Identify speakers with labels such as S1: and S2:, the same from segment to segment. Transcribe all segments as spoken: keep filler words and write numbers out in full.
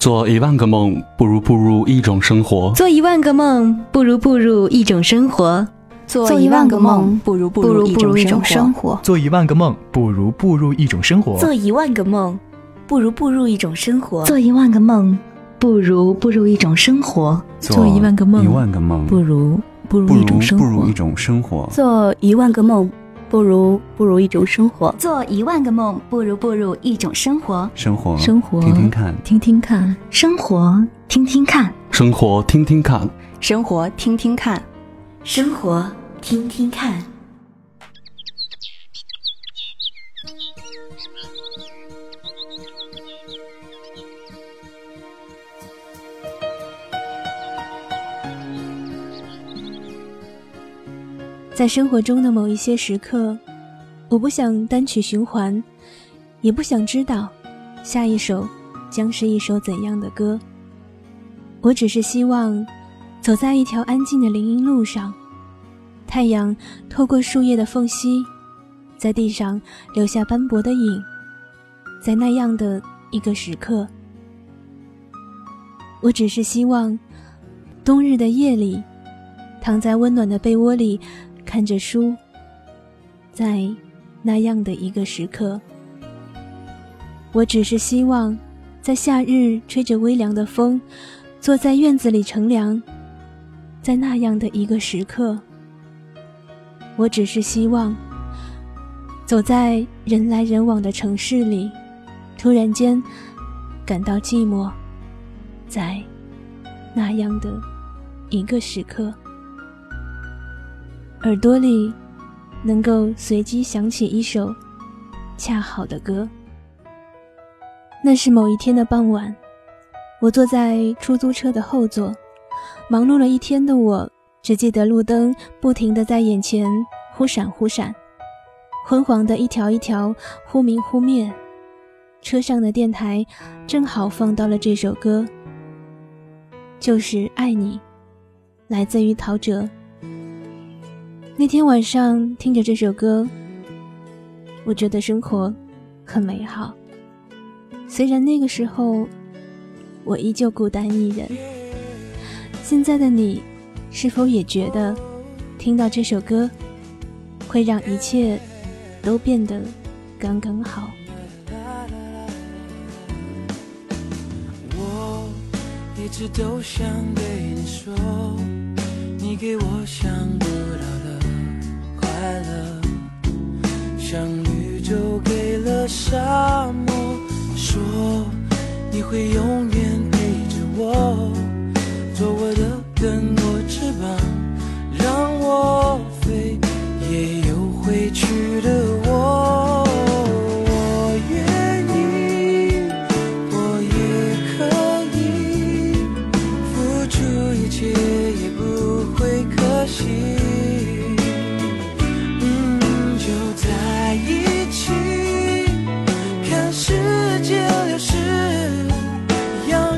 S1: 做一万个梦，不如步入一种生活。
S2: 做一万个梦，不如步入一种生活。
S3: 做一万个梦，不如步入一种生活。
S4: 做一万个梦，不如步入一种生活。
S5: 做一万个梦，不如步入一种生活。
S6: 做一万个梦，不如步入一种生活。
S7: 做一万个梦，
S8: 一万个梦，
S7: 不如步入一种生活。
S8: 不如一种生活。
S5: 做一万个梦，不如步入一种生活。
S3: 做一万个梦，不如步入一种生活。
S8: 生活，
S7: 生活，
S8: 听听看，
S7: 听听看，
S6: 生活，听听看，
S1: 生活，听听看，
S5: 生活，听听看，
S3: 生活，听听看。
S9: 在生活中的某一些时刻，我不想单曲循环，也不想知道下一首将是一首怎样的歌。我只是希望走在一条安静的林荫路上，太阳透过树叶的缝隙，在地上留下斑驳的影。在那样的一个时刻，我只是希望冬日的夜里，躺在温暖的被窝里看着书。在那样的一个时刻，我只是希望在夏日吹着微凉的风，坐在院子里乘凉。在那样的一个时刻，我只是希望走在人来人往的城市里，突然间感到寂寞。在那样的一个时刻，耳朵里能够随机响起一首恰好的歌。那是某一天的傍晚，我坐在出租车的后座，忙碌了一天的我只记得路灯不停地在眼前忽闪忽闪，昏黄的一条一条忽明忽灭。车上的电台正好放到了这首歌，就是爱你，来自于陶喆。那天晚上听着这首歌，我觉得生活很美好。虽然那个时候我依旧孤单一人，现在的你是否也觉得听到这首歌会让一切都变得刚刚好？
S10: 我一直都想对你说，你给我想不到的快乐，像绿洲给了沙漠，说你会永远陪着我，做我的更多翅膀，让我飞，也有回去的我。我愿意，我也可以付出一切，也不会可惜。世界流逝，阳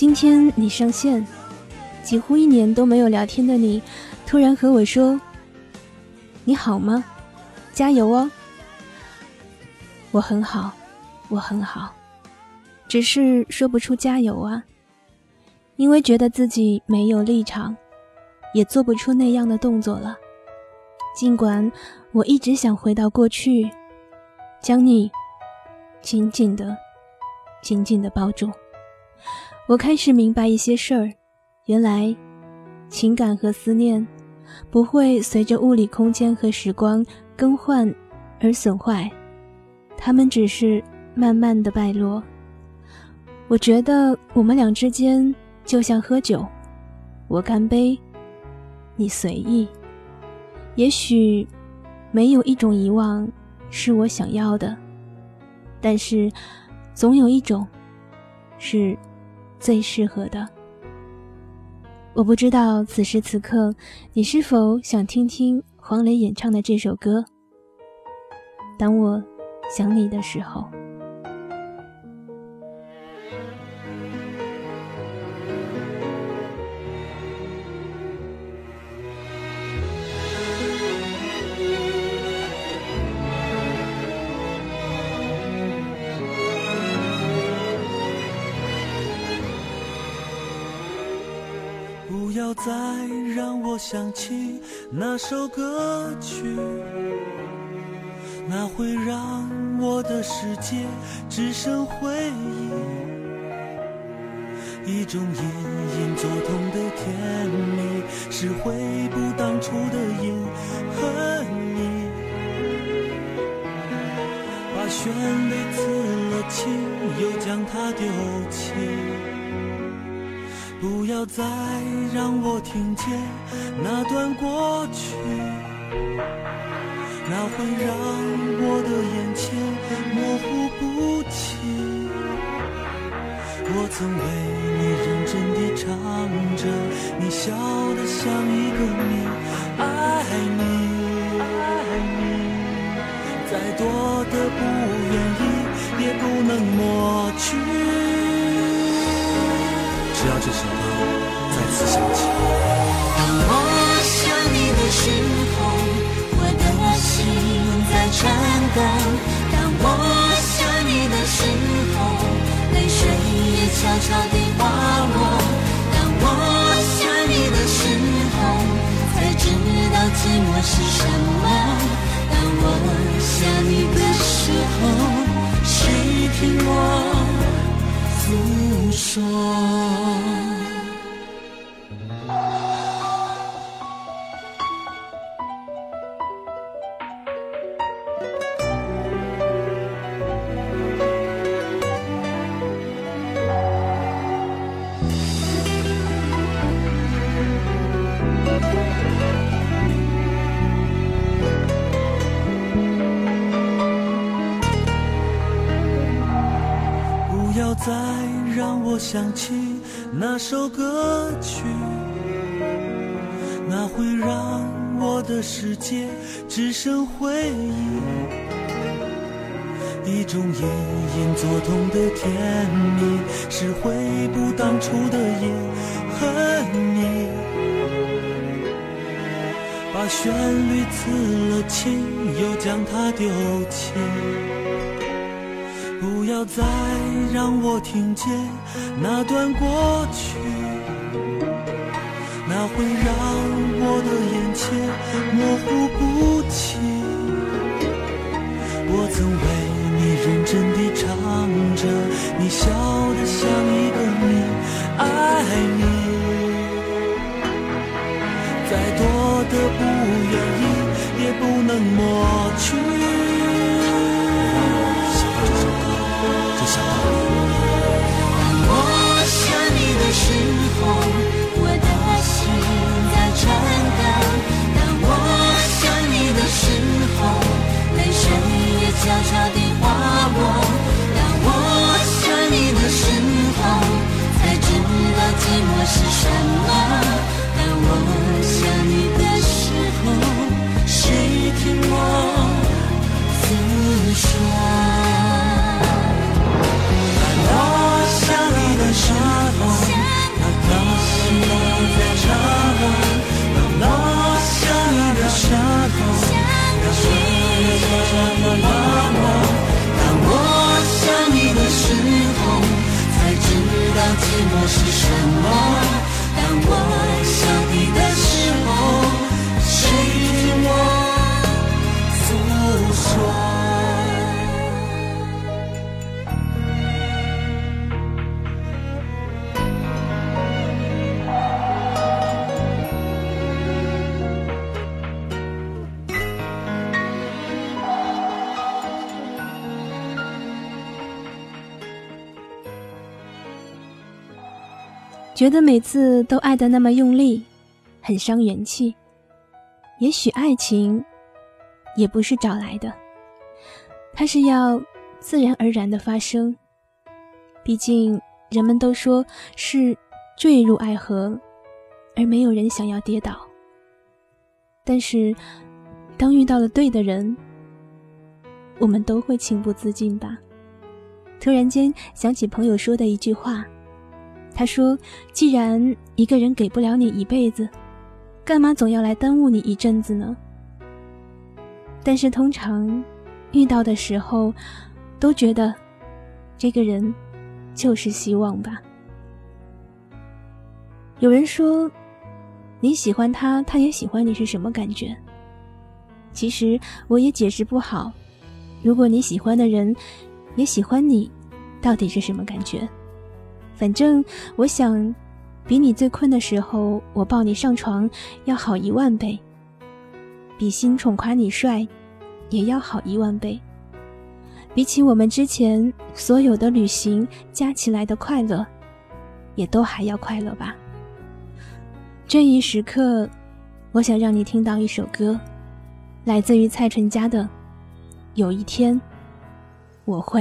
S9: 今天你上线，几乎一年都没有聊天的你，突然和我说：“你好吗？加油哦！”我很好，我很好，只是说不出加油啊，因为觉得自己没有立场，也做不出那样的动作了。尽管我一直想回到过去，将你紧紧地、紧紧地抱住。我开始明白一些事儿，原来情感和思念不会随着物理空间和时光更换而损坏，它们只是慢慢的败落。我觉得我们俩之间就像喝酒，我干杯，你随意。也许没有一种遗忘是我想要的，但是总有一种是最适合的。我不知道此时此刻你是否想听听黄磊演唱的这首歌，当我想你的时候。
S10: 不要再让我想起那首歌曲，那会让我的世界只剩回忆，一种隐隐作痛的甜蜜，是回不当初的隐恨意，把旋律刺了情，又将它丢弃。不要再让我听见那段过去，那会让我的眼前模糊不清。我曾为你认真地唱着，你笑得像一个谜，爱你，爱你，再多的不愿意也不能抹去。只要这首歌再次响起，
S8: 当我想你的时候，我的心在颤抖。当我想你的时候，泪水也悄悄地滑落。当我想你的时候，才知道寂寞是什么。当我想你的时候，谁听我诉说？
S10: 再让我想起那首歌曲，那会让我的世界只剩回忆，一种隐隐作痛的甜蜜，是回不当初的隐恨意，把旋律刺了情，又将它丢弃。不要再让我听见那段过去，那会让我的眼前模糊不清。我曾为你认真地唱着，你笑得像一个谜，爱你，再多的不愿意也不能抹去。
S8: 当我想你的时候，我的心在颤抖。当我想你的时候，泪水也悄悄地滑落。当我想你的时候，才知道寂寞是什么。当我想你的时候，谁听我诉说？我想你的时候，
S9: 觉得每次都爱得那么用力，很伤元气。也许爱情也不是找来的，它是要自然而然的发生。毕竟人们都说是坠入爱河，而没有人想要跌倒。但是当遇到了对的人，我们都会情不自禁吧。突然间想起朋友说的一句话，他说，既然一个人给不了你一辈子，干嘛总要来耽误你一阵子呢？但是通常遇到的时候都觉得这个人就是希望吧。有人说你喜欢他，他也喜欢你是什么感觉？其实我也解释不好，如果你喜欢的人也喜欢你，到底是什么感觉？反正我想比你最困的时候我抱你上床要好一万倍，比新宠夸你帅也要好一万倍，比起我们之前所有的旅行加起来的快乐也都还要快乐吧。这一时刻我想让你听到一首歌，来自于蔡淳佳的《有一天我会》。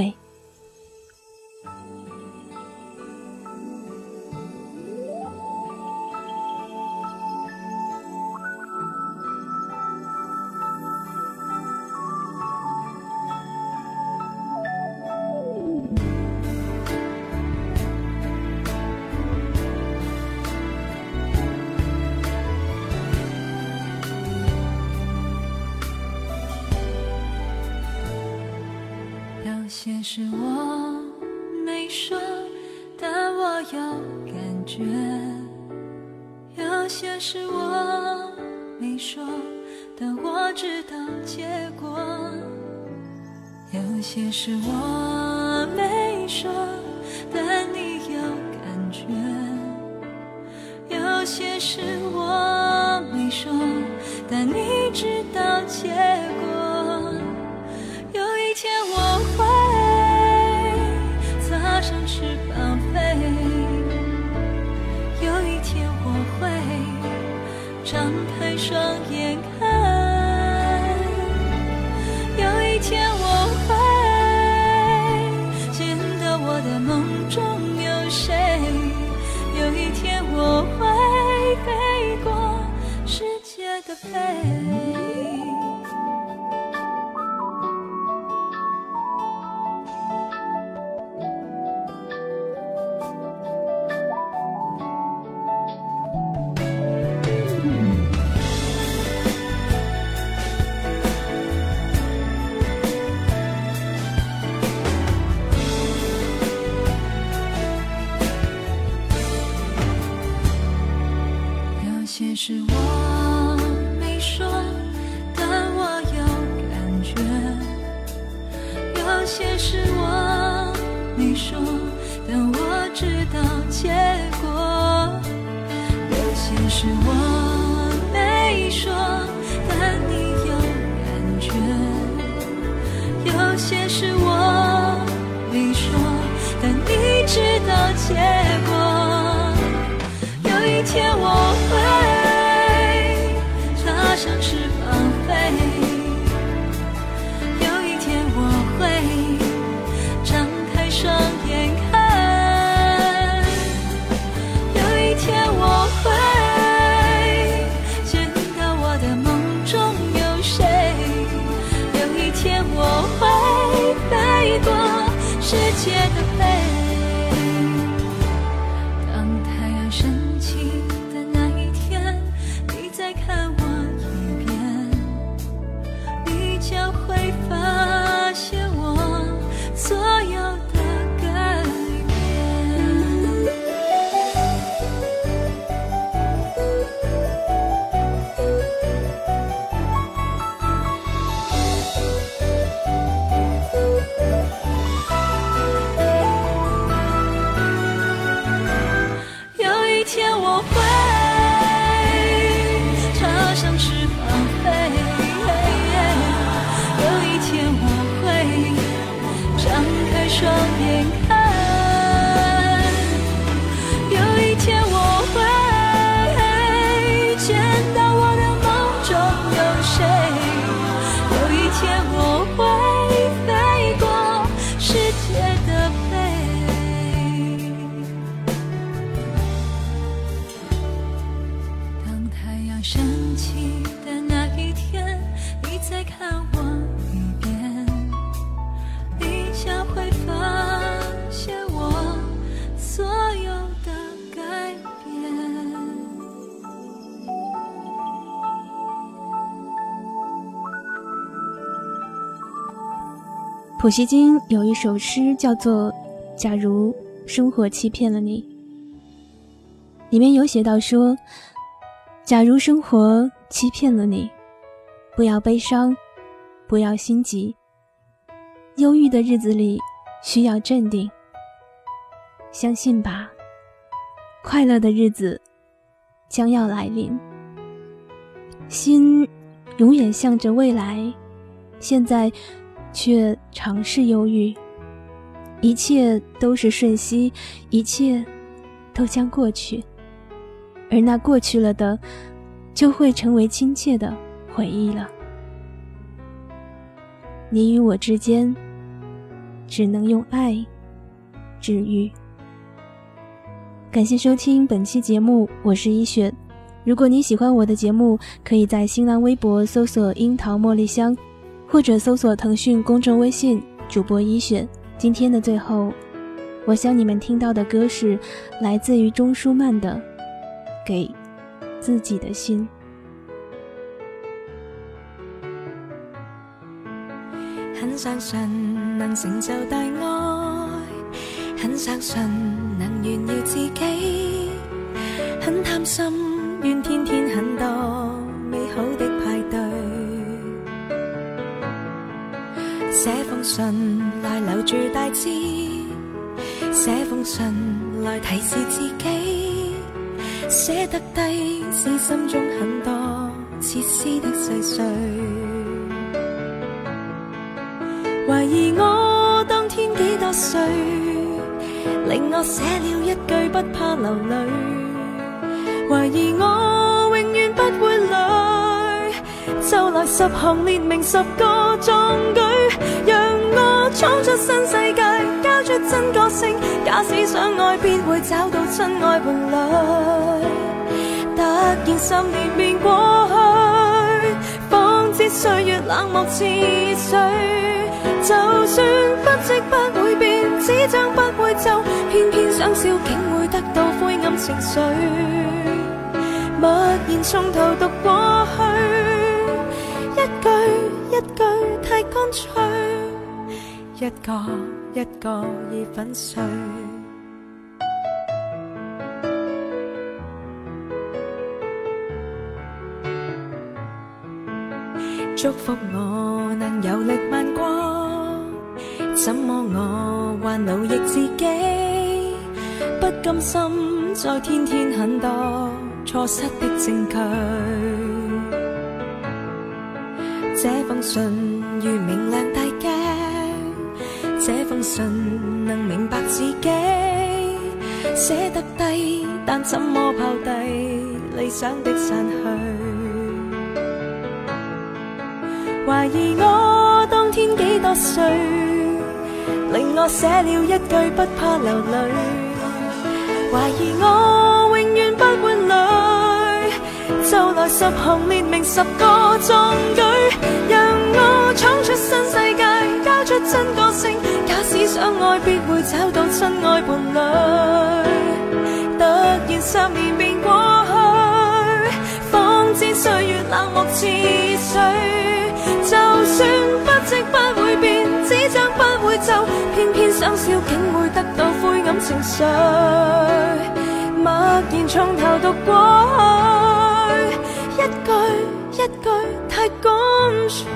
S8: 有些事我没说，但我有感觉；有些事我没说，但我知道结果；有些事我没说，但你有感觉；有些事我没说，但你知道结果。有一天我会擦上翅膀飞，有一天我会张开双眼看，有一天我会见到我的梦中有谁，有一天我会飞过世界的背。有些事我没说，但我有感觉；有些事我没说，但我知道结果；有些事我没说，但你有感觉；有些事我没说，但你知道结果。有一天我会插上翅膀飞，有一天我会张开双眼看，有一天我会见到我的梦中有谁，有一天我会飞过世界的背。 一天我会张开双眼看，有一天我会见到我的梦中有谁，有一天我会飞过世界的背。当太阳升起的那一天，你再看我一遍，你将会发现我所有的改变。
S9: 普希金有一首诗叫做《假如生活欺骗了你》，里面有写到说，假如生活欺骗了你，不要悲伤，不要心急，忧郁的日子里需要镇定，相信吧，快乐的日子将要来临。心永远向着未来，现在却常是忧郁，一切都是瞬息，一切都将过去，而那过去了的就会成为亲切的回忆了。你与我之间只能用爱治愈。感谢收听本期节目，我是一雪。如果你喜欢我的节目，可以在新浪微博搜索樱桃茉莉香，或者搜索腾讯公众微信主播一雪。今天的最后，我想你们听到的歌是来自于钟舒漫的《给自己的心》。
S11: 很相信能成就大愛，很相信能炫耀自己，很貪心願天天很多美好的派對，寫封信來留住大志，寫封信來提示自己，寫得低是心中很多切絲的細碎，懷疑我當天幾多歲，令我寫了一句不怕流淚，懷疑我永遠不會累，就來十行列明十個壯舉，讓我闖出新世界，交出真個性，假使相愛便會找到真愛伴侶，突然十年便過去，方知歲月冷漠似水，就算不即不會變，紙張不會皺，偏偏想笑竟會得到灰暗情緒，默然從頭讀過去，一句一句太乾脆，一個一個已粉碎。祝福我能有力漫過，怎麼我還奴役自己，不甘心再天天很多錯失的證據，這封信如明亮大鏡，這封信能明白自己，寫得低但怎麼拋低理想的散去，懷疑我當天幾多歲，令我寫了一句不怕流淚，懷疑我永遠不會累，就來十行列明十個壯舉，讓我闖出新世界，交出真個性，假使相愛必會找到真愛伴侶，突然十年便過去，方知歲月冷漠似水，就算不即不會變，紙張不會皺，偏偏想笑竟會得到灰暗情緒，默然從頭讀過去，一句一句太乾脆。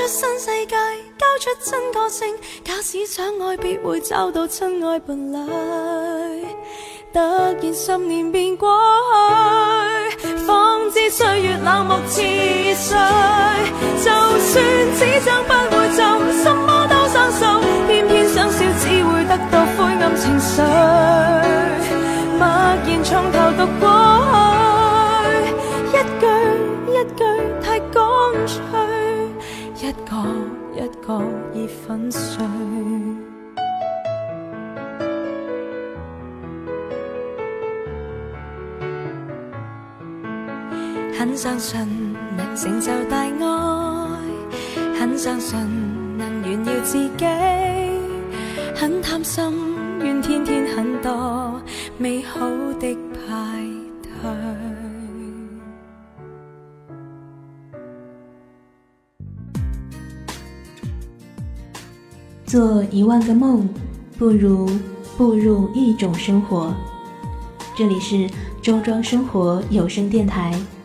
S11: 新世界，交出真個性。假使想愛，必會找到親愛伴侶。突然十年便過去，方知歲月冷漠似水。就算紙張不會皺，什麼都生鏽，偏偏想笑只會得到灰暗情緒。默然從頭讀過去，一句一句太乾脆，一個一個已粉碎。很相信能成就大愛，很相信能炫耀自己，很貪心願天天很多美好的派對。
S2: 做一万个梦，不如步入一种生活。这里是周庄生活有声电台。